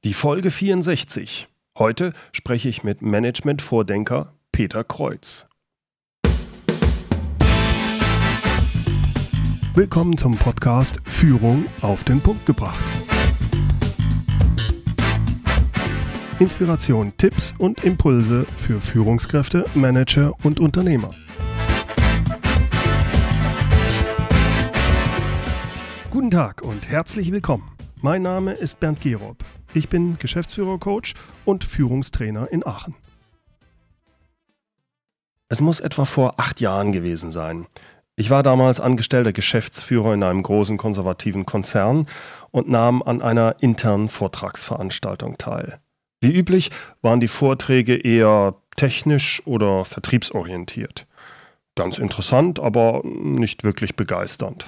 Die Folge 64. Heute spreche ich mit Management-Vordenker Peter Kreuz. Willkommen zum Podcast Führung auf den Punkt gebracht. Inspiration, Tipps und Impulse für Führungskräfte, Manager und Unternehmer. Guten Tag und herzlich willkommen. Mein Name ist Bernd Gerob. Ich bin Geschäftsführer-Coach und Führungstrainer in Aachen. Es muss etwa vor 8 Jahren gewesen sein. Ich war damals angestellter Geschäftsführer in einem großen konservativen Konzern und nahm an einer internen Vortragsveranstaltung teil. Wie üblich waren die Vorträge eher technisch oder vertriebsorientiert. Ganz interessant, aber nicht wirklich begeisternd.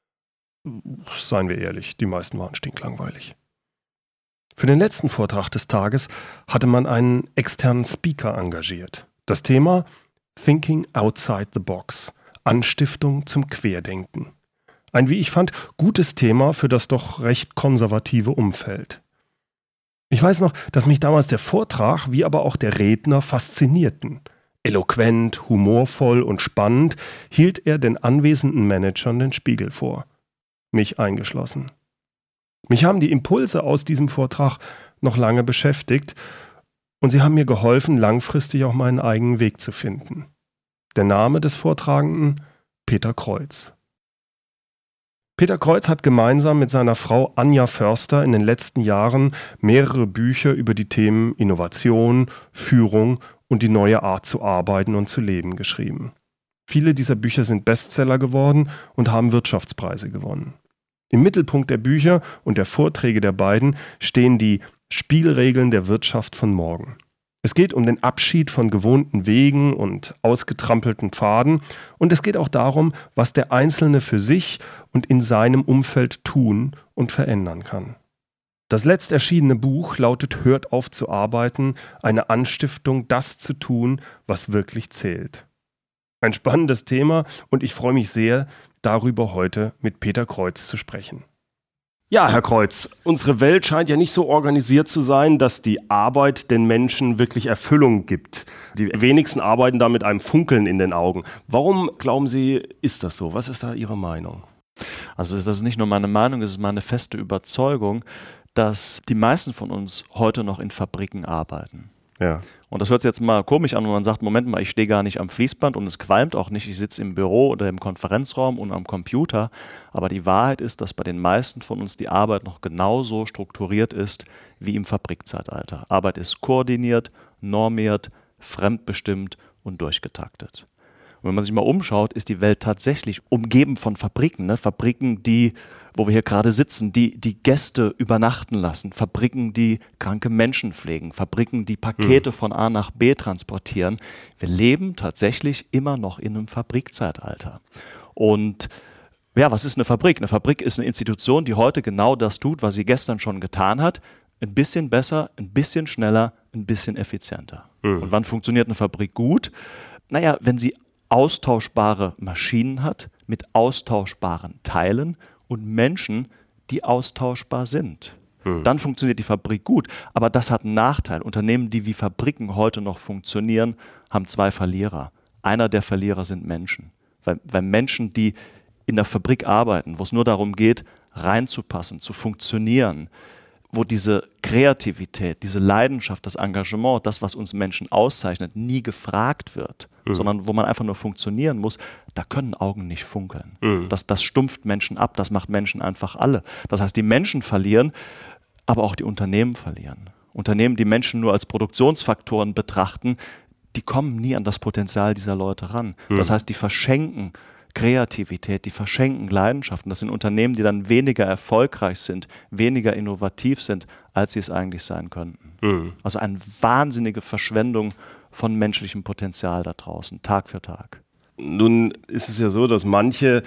Seien wir ehrlich, die meisten waren stinklangweilig. Für den letzten Vortrag des Tages hatte man einen externen Speaker engagiert. Das Thema Thinking Outside the Box, Anstiftung zum Querdenken. Ein, wie ich fand, gutes Thema für das doch recht konservative Umfeld. Ich weiß noch, dass mich damals der Vortrag, wie aber auch der Redner faszinierten. Eloquent, humorvoll und spannend hielt er den anwesenden Managern den Spiegel vor. Mich eingeschlossen. Mich haben die Impulse aus diesem Vortrag noch lange beschäftigt und sie haben mir geholfen, langfristig auch meinen eigenen Weg zu finden. Der Name des Vortragenden: Peter Kreuz. Peter Kreuz hat gemeinsam mit seiner Frau Anja Förster in den letzten Jahren mehrere Bücher über die Themen Innovation, Führung und die neue Art zu arbeiten und zu leben geschrieben. Viele dieser Bücher sind Bestseller geworden und haben Wirtschaftspreise gewonnen. Im Mittelpunkt der Bücher und der Vorträge der beiden stehen die Spielregeln der Wirtschaft von morgen. Es geht um den Abschied von gewohnten Wegen und ausgetrampelten Pfaden und es geht auch darum, was der Einzelne für sich und in seinem Umfeld tun und verändern kann. Das letzt erschienene Buch lautet Hört auf zu arbeiten, eine Anstiftung, das zu tun, was wirklich zählt. Ein spannendes Thema und ich freue mich sehr, darüber heute mit Peter Kreuz zu sprechen. Ja, Herr Kreuz, unsere Welt scheint ja nicht so organisiert zu sein, dass die Arbeit den Menschen wirklich Erfüllung gibt. Die wenigsten arbeiten da mit einem Funkeln in den Augen. Warum, glauben Sie, ist das so? Was ist da Ihre Meinung? Also das ist nicht nur meine Meinung, es ist meine feste Überzeugung, dass die meisten von uns heute noch in Fabriken arbeiten. Ja. Und das hört sich jetzt mal komisch an, wenn man sagt, Moment mal, ich stehe gar nicht am Fließband und es qualmt auch nicht, ich sitze im Büro oder im Konferenzraum und am Computer. Aber die Wahrheit ist, dass bei den meisten von uns die Arbeit noch genauso strukturiert ist wie im Fabrikzeitalter. Arbeit ist koordiniert, normiert, fremdbestimmt und durchgetaktet. Und wenn man sich mal umschaut, ist die Welt tatsächlich umgeben von Fabriken, ne? Fabriken, wo wir hier gerade sitzen, die Gäste übernachten lassen, Fabriken, die kranke Menschen pflegen, Fabriken, die Pakete von A nach B transportieren. Wir leben tatsächlich immer noch in einem Fabrikzeitalter. Und ja, was ist eine Fabrik? Eine Fabrik ist eine Institution, die heute genau das tut, was sie gestern schon getan hat. Ein bisschen besser, ein bisschen schneller, ein bisschen effizienter. Und wann funktioniert eine Fabrik gut? Naja, wenn sie austauschbare Maschinen hat, mit austauschbaren Teilen und Menschen, die austauschbar sind. Dann funktioniert die Fabrik gut. Aber das hat einen Nachteil. Unternehmen, die wie Fabriken heute noch funktionieren, haben 2 Verlierer. Einer der Verlierer sind Menschen. Weil Menschen, die in der Fabrik arbeiten, wo es nur darum geht, reinzupassen, zu funktionieren, wo diese Kreativität, diese Leidenschaft, das Engagement, das, was uns Menschen auszeichnet, nie gefragt wird, sondern wo man einfach nur funktionieren muss, da können Augen nicht funkeln. Das stumpft Menschen ab, das macht Menschen einfach alle. Das heißt, die Menschen verlieren, aber auch die Unternehmen verlieren. Unternehmen, die Menschen nur als Produktionsfaktoren betrachten, die kommen nie an das Potenzial dieser Leute ran. Das heißt, die verschenken Kreativität, die verschenken Leidenschaften. Das sind Unternehmen, die dann weniger erfolgreich sind, weniger innovativ sind, als sie es eigentlich sein könnten. Also eine wahnsinnige Verschwendung von menschlichem Potenzial da draußen, Tag für Tag. Nun ist es ja so, dass manche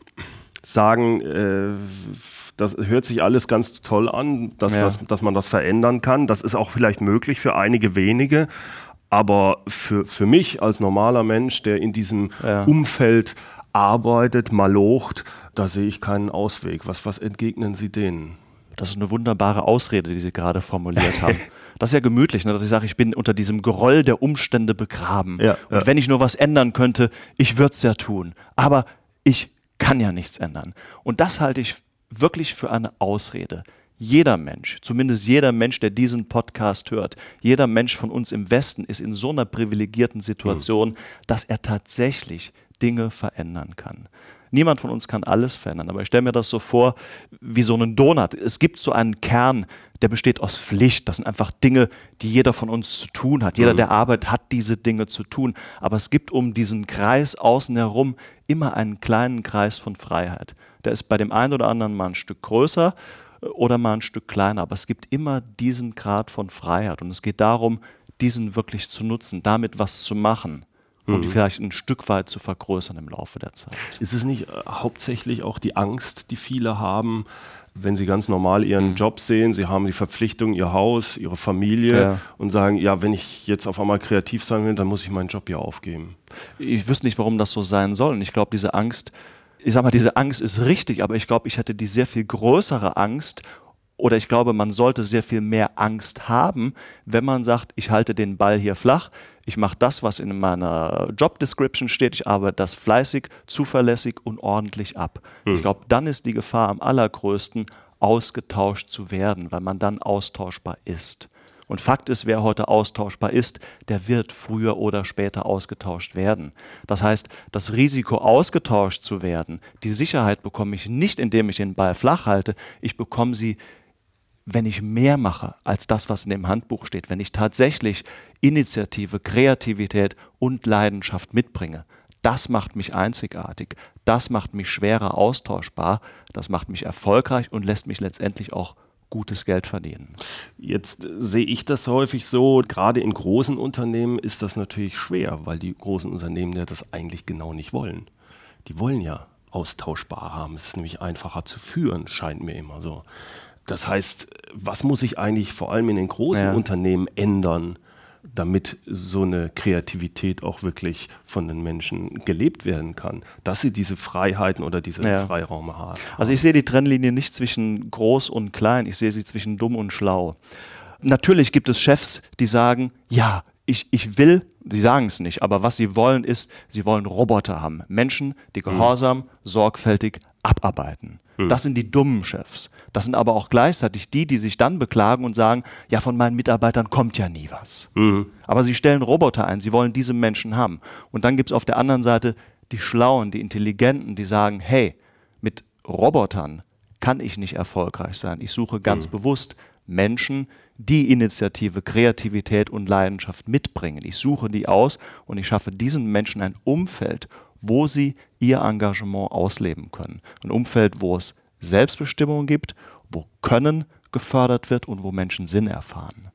sagen, das hört sich alles ganz toll an, dass man das verändern kann. Das ist auch vielleicht möglich für einige wenige. Aber für mich als normaler Mensch, der in diesem Umfeld arbeitet, malocht, da sehe ich keinen Ausweg. Was entgegnen Sie denen? Das ist eine wunderbare Ausrede, die Sie gerade formuliert haben. Das ist ja gemütlich, ne? Dass ich sage, ich bin unter diesem Groll der Umstände begraben. Ja, und wenn ich nur was ändern könnte, ich würde es ja tun. Aber ich kann ja nichts ändern. Und das halte ich wirklich für eine Ausrede. Jeder Mensch, zumindest jeder Mensch, der diesen Podcast hört, jeder Mensch von uns im Westen ist in so einer privilegierten Situation, dass er tatsächlich Dinge verändern kann. Niemand von uns kann alles verändern, aber ich stelle mir das so vor wie so einen Donut. Es gibt so einen Kern, der besteht aus Pflicht. Das sind einfach Dinge, die jeder von uns zu tun hat. Jeder, der arbeitet, hat diese Dinge zu tun. Aber es gibt um diesen Kreis außen herum immer einen kleinen Kreis von Freiheit. Der ist bei dem einen oder anderen mal ein Stück größer oder mal ein Stück kleiner. Aber es gibt immer diesen Grad von Freiheit. Und es geht darum, diesen wirklich zu nutzen, damit was zu machen. Und die vielleicht ein Stück weit zu vergrößern im Laufe der Zeit. Ist es nicht hauptsächlich auch die Angst, die viele haben, wenn sie ganz normal ihren Job sehen, sie haben die Verpflichtung, ihr Haus, ihre Familie und sagen, ja, wenn ich jetzt auf einmal kreativ sein will, dann muss ich meinen Job hier aufgeben. Ich wüsste nicht, warum das so sein soll. Und ich glaube, diese Angst ist richtig, aber ich glaube, ich hätte die sehr viel größere Angst. Oder ich glaube, man sollte sehr viel mehr Angst haben, wenn man sagt, ich halte den Ball hier flach, ich mache das, was in meiner Job Description steht, ich arbeite das fleißig, zuverlässig und ordentlich ab. Ich glaube, dann ist die Gefahr am allergrößten, ausgetauscht zu werden, weil man dann austauschbar ist. Und Fakt ist, wer heute austauschbar ist, der wird früher oder später ausgetauscht werden. Das heißt, das Risiko, ausgetauscht zu werden, die Sicherheit bekomme ich nicht, indem ich den Ball flach halte, ich bekomme sie, wenn ich mehr mache als das, was in dem Handbuch steht, wenn ich tatsächlich Initiative, Kreativität und Leidenschaft mitbringe. Das macht mich einzigartig, das macht mich schwerer austauschbar, das macht mich erfolgreich und lässt mich letztendlich auch gutes Geld verdienen. Jetzt sehe ich das häufig so, gerade in großen Unternehmen ist das natürlich schwer, weil die großen Unternehmen ja das eigentlich genau nicht wollen. Die wollen ja austauschbar haben, es ist nämlich einfacher zu führen, scheint mir immer so. Das heißt, was muss sich eigentlich vor allem in den großen Unternehmen ändern, damit so eine Kreativität auch wirklich von den Menschen gelebt werden kann, dass sie diese Freiheiten oder diese Freiraum haben? Also ich sehe die Trennlinie nicht zwischen groß und klein, ich sehe sie zwischen dumm und schlau. Natürlich gibt es Chefs, die sagen, ja, ich will, sie sagen es nicht, aber was sie wollen ist, sie wollen Roboter haben. Menschen, die gehorsam, sorgfältig abarbeiten. Das sind die dummen Chefs. Das sind aber auch gleichzeitig die sich dann beklagen und sagen, ja, von meinen Mitarbeitern kommt ja nie was. Aber sie stellen Roboter ein, sie wollen diese Menschen haben. Und dann gibt es auf der anderen Seite die Schlauen, die Intelligenten, die sagen, hey, mit Robotern kann ich nicht erfolgreich sein. Ich suche ganz bewusst Menschen, die Initiative, Kreativität und Leidenschaft mitbringen. Ich suche die aus und ich schaffe diesen Menschen ein Umfeld, wo sie ihr Engagement ausleben können. Ein Umfeld, wo es Selbstbestimmung gibt, wo Können gefördert wird und wo Menschen Sinn erfahren.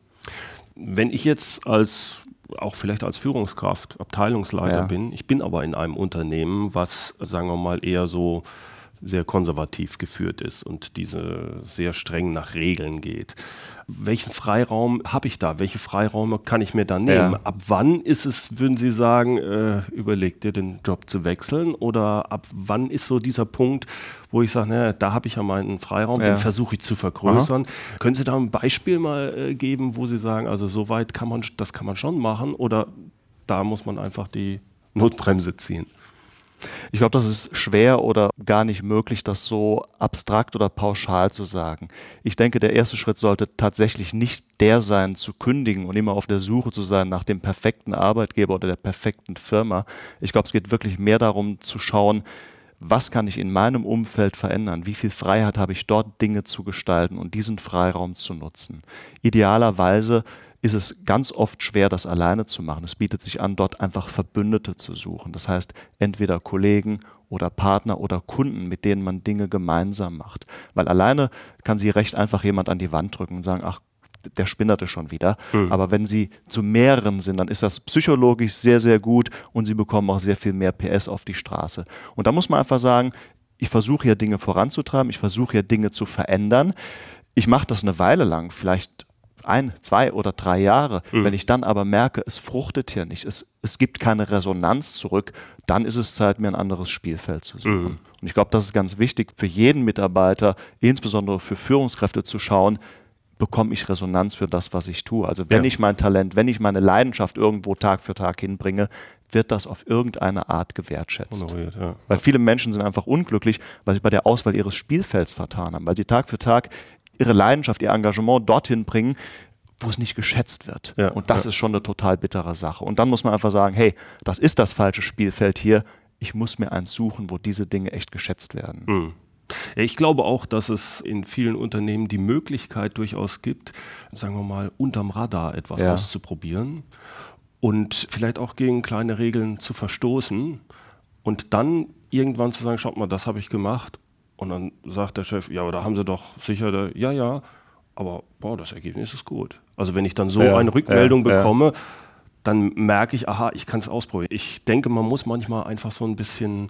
Wenn ich jetzt auch vielleicht als Führungskraft, Abteilungsleiter bin, ich bin aber in einem Unternehmen, was, sagen wir mal, eher so sehr konservativ geführt ist und diese sehr streng nach Regeln geht. Welchen Freiraum habe ich da? Welche Freiräume kann ich mir da nehmen? Ab wann ist es, würden Sie sagen, überleg dir den Job zu wechseln? Oder ab wann ist so dieser Punkt, wo ich sage, da habe ich ja meinen Freiraum, den versuche ich zu vergrößern. Können Sie da ein Beispiel mal geben, wo Sie sagen, also so weit das kann man schon machen oder da muss man einfach die Notbremse ziehen? Ich glaube, das ist schwer oder gar nicht möglich, das so abstrakt oder pauschal zu sagen. Ich denke, der erste Schritt sollte tatsächlich nicht der sein, zu kündigen und immer auf der Suche zu sein nach dem perfekten Arbeitgeber oder der perfekten Firma. Ich glaube, es geht wirklich mehr darum zu schauen, was kann ich in meinem Umfeld verändern? Wie viel Freiheit habe ich dort, Dinge zu gestalten und diesen Freiraum zu nutzen? Idealerweise ist es ganz oft schwer, das alleine zu machen. Es bietet sich an, dort einfach Verbündete zu suchen. Das heißt, entweder Kollegen oder Partner oder Kunden, mit denen man Dinge gemeinsam macht. Weil alleine kann sie recht einfach jemand an die Wand drücken und sagen, ach, der spinnerte schon wieder. Aber wenn sie zu mehreren sind, dann ist das psychologisch sehr, sehr gut und sie bekommen auch sehr viel mehr PS auf die Straße. Und da muss man einfach sagen, ich versuche ja Dinge voranzutreiben, ich versuche ja Dinge zu verändern. Ich mache das eine Weile lang, vielleicht 1, 2 oder 3 Jahre. Wenn ich dann aber merke, es fruchtet hier nicht, es gibt keine Resonanz zurück, dann ist es Zeit, mir ein anderes Spielfeld zu suchen. Und ich glaube, das ist ganz wichtig für jeden Mitarbeiter, insbesondere für Führungskräfte zu schauen, bekomme ich Resonanz für das, was ich tue. Also wenn ich mein Talent, wenn ich meine Leidenschaft irgendwo Tag für Tag hinbringe, wird das auf irgendeine Art gewertschätzt. Honoriert, ja. Weil viele Menschen sind einfach unglücklich, weil sie bei der Auswahl ihres Spielfelds vertan haben, weil sie Tag für Tag ihre Leidenschaft, ihr Engagement dorthin bringen, wo es nicht geschätzt wird. Ja, und das ist schon eine total bittere Sache. Und dann muss man einfach sagen, hey, das ist das falsche Spielfeld hier. Ich muss mir eins suchen, wo diese Dinge echt geschätzt werden. Ich glaube auch, dass es in vielen Unternehmen die Möglichkeit durchaus gibt, sagen wir mal, unterm Radar etwas auszuprobieren und vielleicht auch gegen kleine Regeln zu verstoßen und dann irgendwann zu sagen, schaut mal, das habe ich gemacht. Und dann sagt der Chef, ja, aber da haben Sie doch sicher, ja, aber das Ergebnis ist gut. Also wenn ich dann so eine Rückmeldung bekomme, dann merke ich, aha, ich kann es ausprobieren. Ich denke, man muss manchmal einfach so ein bisschen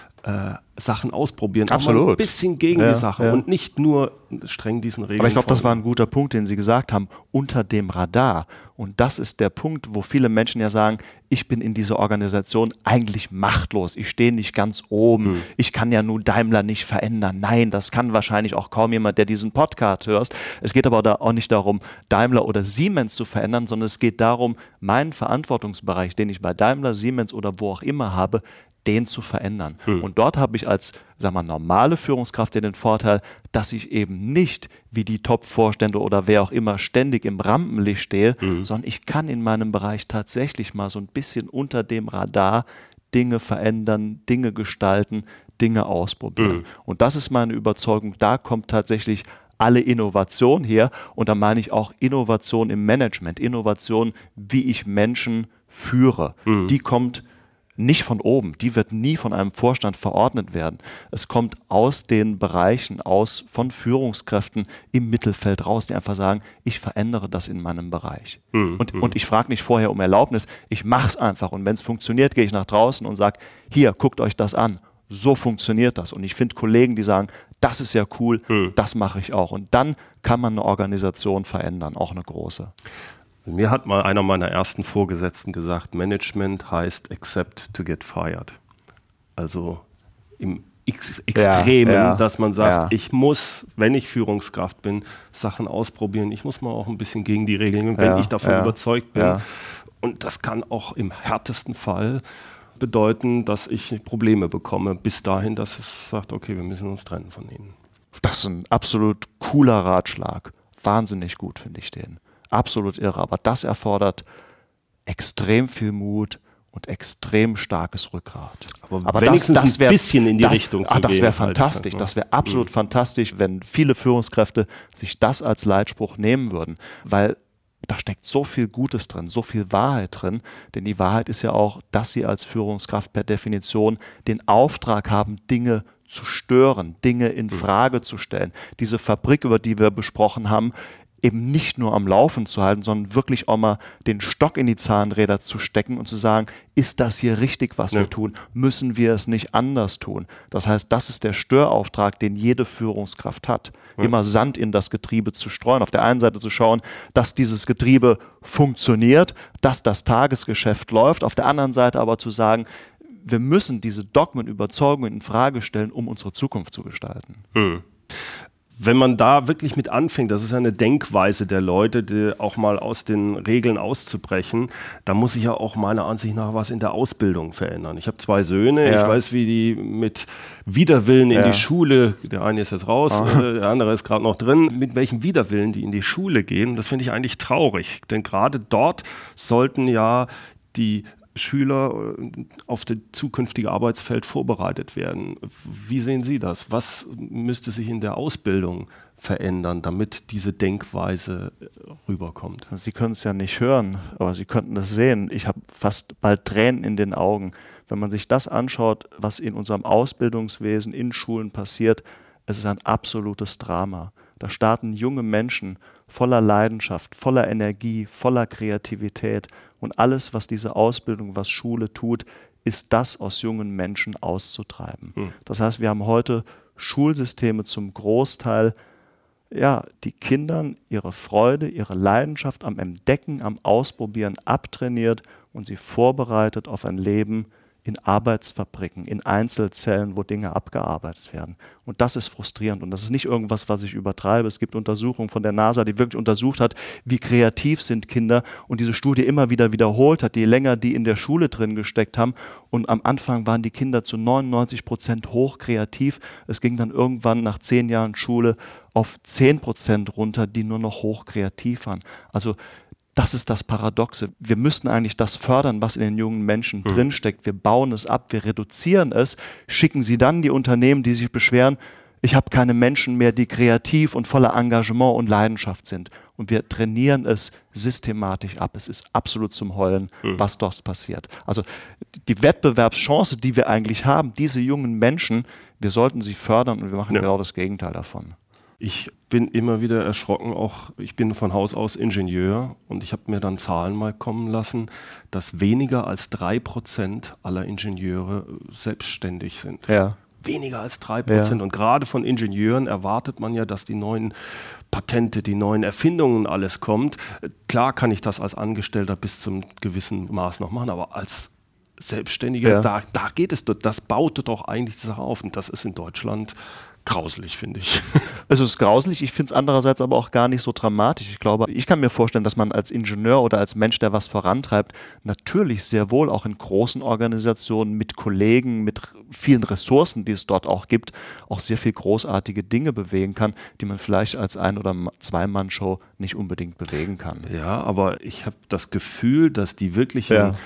Sachen ausprobieren. Absolut. Auch mal ein bisschen gegen die Sache und nicht nur streng diesen Regeln. Aber ich glaube, das war ein guter Punkt, den Sie gesagt haben, unter dem Radar. Und das ist der Punkt, wo viele Menschen ja sagen, ich bin in dieser Organisation eigentlich machtlos. Ich stehe nicht ganz oben. Ich kann ja nur Daimler nicht verändern. Nein, das kann wahrscheinlich auch kaum jemand, der diesen Podcast hört. Es geht aber auch nicht darum, Daimler oder Siemens zu verändern, sondern es geht darum, meinen Verantwortungsbereich, den ich bei Daimler, Siemens oder wo auch immer habe, den zu verändern. Und dort habe ich als, normale Führungskraft den Vorteil, dass ich eben nicht wie die Top-Vorstände oder wer auch immer ständig im Rampenlicht stehe, sondern ich kann in meinem Bereich tatsächlich mal so ein bisschen unter dem Radar Dinge verändern, Dinge gestalten, Dinge ausprobieren. Und das ist meine Überzeugung, da kommt tatsächlich alle Innovation her und da meine ich auch Innovation im Management, Innovation, wie ich Menschen führe. Die kommt nicht von oben, die wird nie von einem Vorstand verordnet werden. Es kommt aus den Bereichen, von Führungskräften im Mittelfeld raus, die einfach sagen, ich verändere das in meinem Bereich. Und ich frage nicht vorher um Erlaubnis, ich mache es einfach und wenn es funktioniert, gehe ich nach draußen und sage, hier, guckt euch das an. So funktioniert das. Und ich finde Kollegen, die sagen, das ist ja cool, das mache ich auch. Und dann kann man eine Organisation verändern, auch eine große. Mir hat mal einer meiner ersten Vorgesetzten gesagt, Management heißt accept to get fired. Also im Extremen, dass man sagt, ich muss, wenn ich Führungskraft bin, Sachen ausprobieren. Ich muss mal auch ein bisschen gegen die Regeln, wenn ich davon überzeugt bin. Und das kann auch im härtesten Fall bedeuten, dass ich Probleme bekomme, bis dahin, dass es sagt, okay, wir müssen uns trennen von ihnen. Das ist ein absolut cooler Ratschlag. Wahnsinnig gut finde ich den. Absolut irre, aber das erfordert extrem viel Mut und extrem starkes Rückgrat. Aber wenigstens das ein bisschen in die Richtung zu gehen. Das wäre fantastisch, das wäre absolut fantastisch, wenn viele Führungskräfte sich das als Leitspruch nehmen würden, weil da steckt so viel Gutes drin, so viel Wahrheit drin, denn die Wahrheit ist ja auch, dass Sie als Führungskraft per Definition den Auftrag haben, Dinge zu stören, Dinge in Frage zu stellen. Diese Fabrik, über die wir besprochen haben, eben nicht nur am Laufen zu halten, sondern wirklich auch mal den Stock in die Zahnräder zu stecken und zu sagen, ist das hier richtig, was wir tun? Müssen wir es nicht anders tun? Das heißt, das ist der Störauftrag, den jede Führungskraft hat. Immer Sand in das Getriebe zu streuen. Auf der einen Seite zu schauen, dass dieses Getriebe funktioniert, dass das Tagesgeschäft läuft. Auf der anderen Seite aber zu sagen, wir müssen diese Dogmen, Überzeugungen in Frage stellen, um unsere Zukunft zu gestalten. Wenn man da wirklich mit anfängt, das ist eine Denkweise der Leute, die auch mal aus den Regeln auszubrechen, da muss sich ja auch meiner Ansicht nach was in der Ausbildung verändern. Ich habe 2 Söhne, ich weiß, wie die mit Widerwillen in die Schule, der eine ist jetzt raus, der andere ist gerade noch drin, mit welchem Widerwillen die in die Schule gehen, das finde ich eigentlich traurig, denn gerade dort sollten ja die Schüler auf das zukünftige Arbeitsfeld vorbereitet werden. Wie sehen Sie das? Was müsste sich in der Ausbildung verändern, damit diese Denkweise rüberkommt? Sie können es ja nicht hören, aber Sie könnten es sehen. Ich habe fast bald Tränen in den Augen. Wenn man sich das anschaut, was in unserem Ausbildungswesen in Schulen passiert, es ist ein absolutes Drama. Da starten junge Menschen voller Leidenschaft, voller Energie, voller Kreativität. Und alles, was diese Ausbildung, was Schule tut, ist das aus jungen Menschen auszutreiben. Das heißt, wir haben heute Schulsysteme zum Großteil die Kindern ihre Freude, ihre Leidenschaft am Entdecken, am Ausprobieren abtrainiert und sie vorbereitet auf ein Leben in Arbeitsfabriken, in Einzelzellen, wo Dinge abgearbeitet werden. Und das ist frustrierend und das ist nicht irgendwas, was ich übertreibe. Es gibt Untersuchungen von der NASA, die wirklich untersucht hat, wie kreativ sind Kinder und diese Studie immer wieder wiederholt hat, je länger die in der Schule drin gesteckt haben. Und am Anfang waren die Kinder zu 99% hochkreativ. Es ging dann irgendwann nach 10 Jahren Schule auf 10% runter, die nur noch hochkreativ waren. Also das ist das Paradoxe. Wir müssten eigentlich das fördern, was in den jungen Menschen drinsteckt. Wir bauen es ab, wir reduzieren es, schicken sie dann die Unternehmen, die sich beschweren, ich habe keine Menschen mehr, die kreativ und voller Engagement und Leidenschaft sind. Und wir trainieren es systematisch ab. Es ist absolut zum Heulen, was dort passiert. Also die Wettbewerbschance, die wir eigentlich haben, diese jungen Menschen, wir sollten sie fördern und wir machen genau das Gegenteil davon. Ich bin immer wieder erschrocken, ich bin von Haus aus Ingenieur und ich habe mir dann Zahlen mal kommen lassen, dass weniger als 3% aller Ingenieure selbstständig sind. Ja. Weniger als 3%. Ja. Und gerade von Ingenieuren erwartet man ja, dass die neuen Patente, die neuen Erfindungen, alles kommt. Klar kann ich das als Angestellter bis zum gewissen Maß noch machen, aber als Selbstständiger, da geht es, das baut doch eigentlich die Sache auf. Und das ist in Deutschland grauslich, finde ich. Es ist grauslich, ich finde es andererseits aber auch gar nicht so dramatisch. Ich glaube, ich kann mir vorstellen, dass man als Ingenieur oder als Mensch, der was vorantreibt, natürlich sehr wohl auch in großen Organisationen mit Kollegen, mit vielen Ressourcen, die es dort auch gibt, auch sehr viel großartige Dinge bewegen kann, die man vielleicht als Ein- oder Zwei-Mann-Show nicht unbedingt bewegen kann. Ja, aber ich habe das Gefühl, dass die wirklichen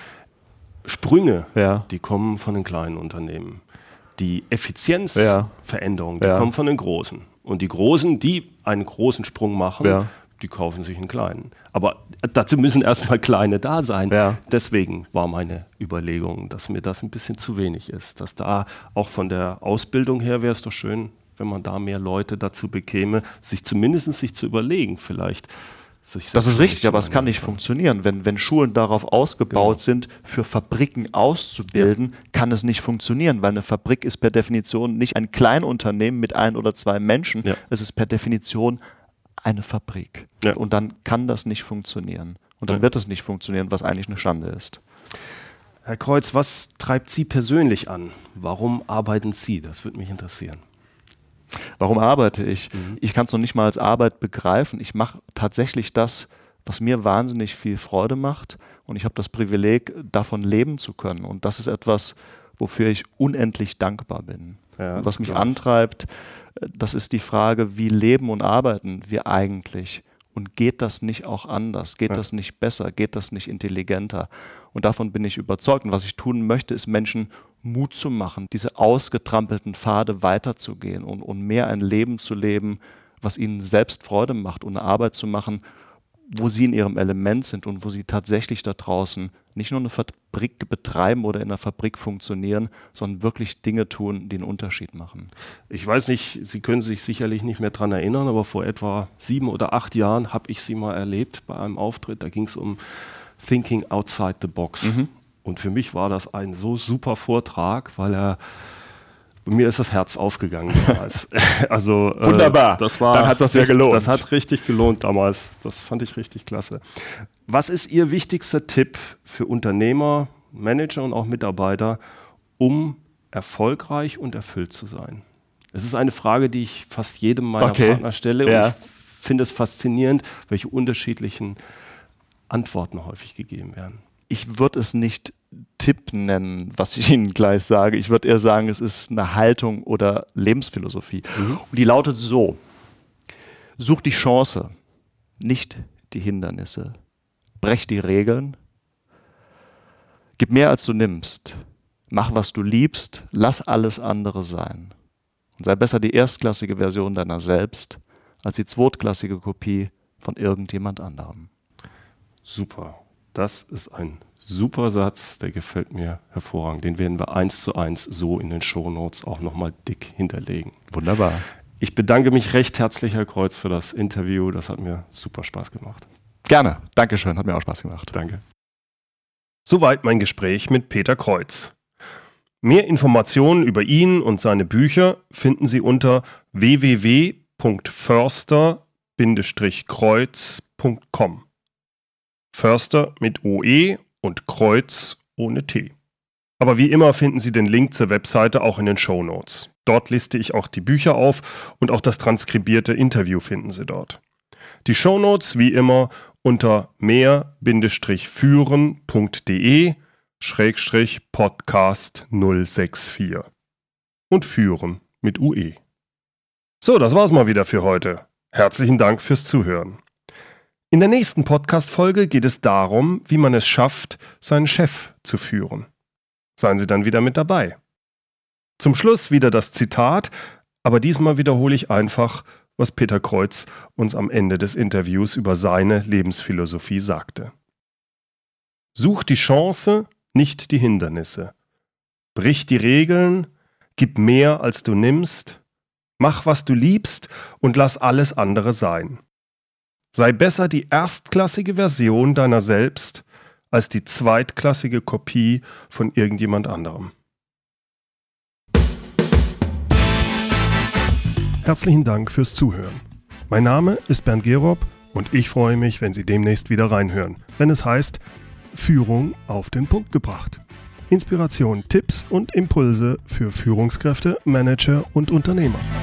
Sprünge, die kommen von den kleinen Unternehmen. Die Effizienzveränderungen, die kommen von den Großen. Und die Großen, die einen großen Sprung machen, die kaufen sich einen kleinen. Aber dazu müssen erstmal kleine da sein. Ja. Deswegen war meine Überlegung, dass mir das ein bisschen zu wenig ist. Dass da auch von der Ausbildung her wäre es doch schön, wenn man da mehr Leute dazu bekäme, sich zumindest zu überlegen, vielleicht. Das ist richtig, aber es kann nicht funktionieren. Wenn Schulen darauf ausgebaut sind, für Fabriken auszubilden, kann es nicht funktionieren, weil eine Fabrik ist per Definition nicht ein Kleinunternehmen mit 1 oder 2 Menschen. Ja. Es ist per Definition eine Fabrik. Ja. Und dann kann das nicht funktionieren. Und dann wird es nicht funktionieren, was eigentlich eine Schande ist. Herr Kreuz, was treibt Sie persönlich an? Warum arbeiten Sie? Das würde mich interessieren. Warum arbeite ich? Ich kann es noch nicht mal als Arbeit begreifen. Ich mache tatsächlich das, was mir wahnsinnig viel Freude macht. Und ich habe das Privileg, davon leben zu können. Und das ist etwas, wofür ich unendlich dankbar bin. Ja, und was mich antreibt, das ist die Frage, wie leben und arbeiten wir eigentlich? Und geht das nicht auch anders? Geht das nicht besser? Geht das nicht intelligenter? Und davon bin ich überzeugt. Und was ich tun möchte, ist Menschen Mut zu machen, diese ausgetrampelten Pfade weiterzugehen und mehr ein Leben zu leben, was ihnen selbst Freude macht und eine Arbeit zu machen, wo sie in ihrem Element sind und wo sie tatsächlich da draußen nicht nur eine Fabrik betreiben oder in einer Fabrik funktionieren, sondern wirklich Dinge tun, die einen Unterschied machen. Ich weiß nicht, Sie können sich sicherlich nicht mehr daran erinnern, aber vor etwa 7 oder 8 Jahren habe ich Sie mal erlebt bei einem Auftritt. Da ging es um Thinking Outside the Box. Und für mich war das ein so super Vortrag, weil mir ist das Herz aufgegangen damals. Also, wunderbar, dann hat das ja gelohnt. Das hat richtig gelohnt damals. Das fand ich richtig klasse. Was ist Ihr wichtigster Tipp für Unternehmer, Manager und auch Mitarbeiter, um erfolgreich und erfüllt zu sein? Es ist eine Frage, die ich fast jedem meiner Partner stelle. Und ich finde es faszinierend, welche unterschiedlichen Antworten häufig gegeben werden. Ich würde es nicht Tipp nennen, was ich Ihnen gleich sage. Ich würde eher sagen, es ist eine Haltung oder Lebensphilosophie. Und die lautet so: Such die Chance, nicht die Hindernisse. Brech die Regeln. Gib mehr, als du nimmst. Mach, was du liebst. Lass alles andere sein. Und sei besser die erstklassige Version deiner selbst, als die zweitklassige Kopie von irgendjemand anderem. Super. Das ist ein super Satz, der gefällt mir hervorragend. Den werden wir 1:1 so in den Shownotes auch nochmal dick hinterlegen. Wunderbar. Ich bedanke mich recht herzlich, Herr Kreuz, für das Interview. Das hat mir super Spaß gemacht. Gerne. Dankeschön. Hat mir auch Spaß gemacht. Danke. Soweit mein Gespräch mit Peter Kreuz. Mehr Informationen über ihn und seine Bücher finden Sie unter www.peterkreuz.de. www.förster-kreuz.com. Förster mit OE und Kreuz ohne T. Aber wie immer finden Sie den Link zur Webseite auch in den Shownotes. Dort liste ich auch die Bücher auf und auch das transkribierte Interview finden Sie dort. Die Shownotes wie immer unter mehr-führen.de/podcast 064 und führen mit UE. So, das war's mal wieder für heute. Herzlichen Dank fürs Zuhören. In der nächsten Podcast-Folge geht es darum, wie man es schafft, seinen Chef zu führen. Seien Sie dann wieder mit dabei. Zum Schluss wieder das Zitat, aber diesmal wiederhole ich einfach, was Peter Kreuz uns am Ende des Interviews über seine Lebensphilosophie sagte. Such die Chance, nicht die Hindernisse. Brich die Regeln, gib mehr, als du nimmst, mach, was du liebst und lass alles andere sein. Sei besser die erstklassige Version deiner selbst als die zweitklassige Kopie von irgendjemand anderem. Herzlichen Dank fürs Zuhören. Mein Name ist Bernd Gerob und ich freue mich, wenn Sie demnächst wieder reinhören, wenn es heißt Führung auf den Punkt gebracht. Inspiration, Tipps und Impulse für Führungskräfte, Manager und Unternehmer.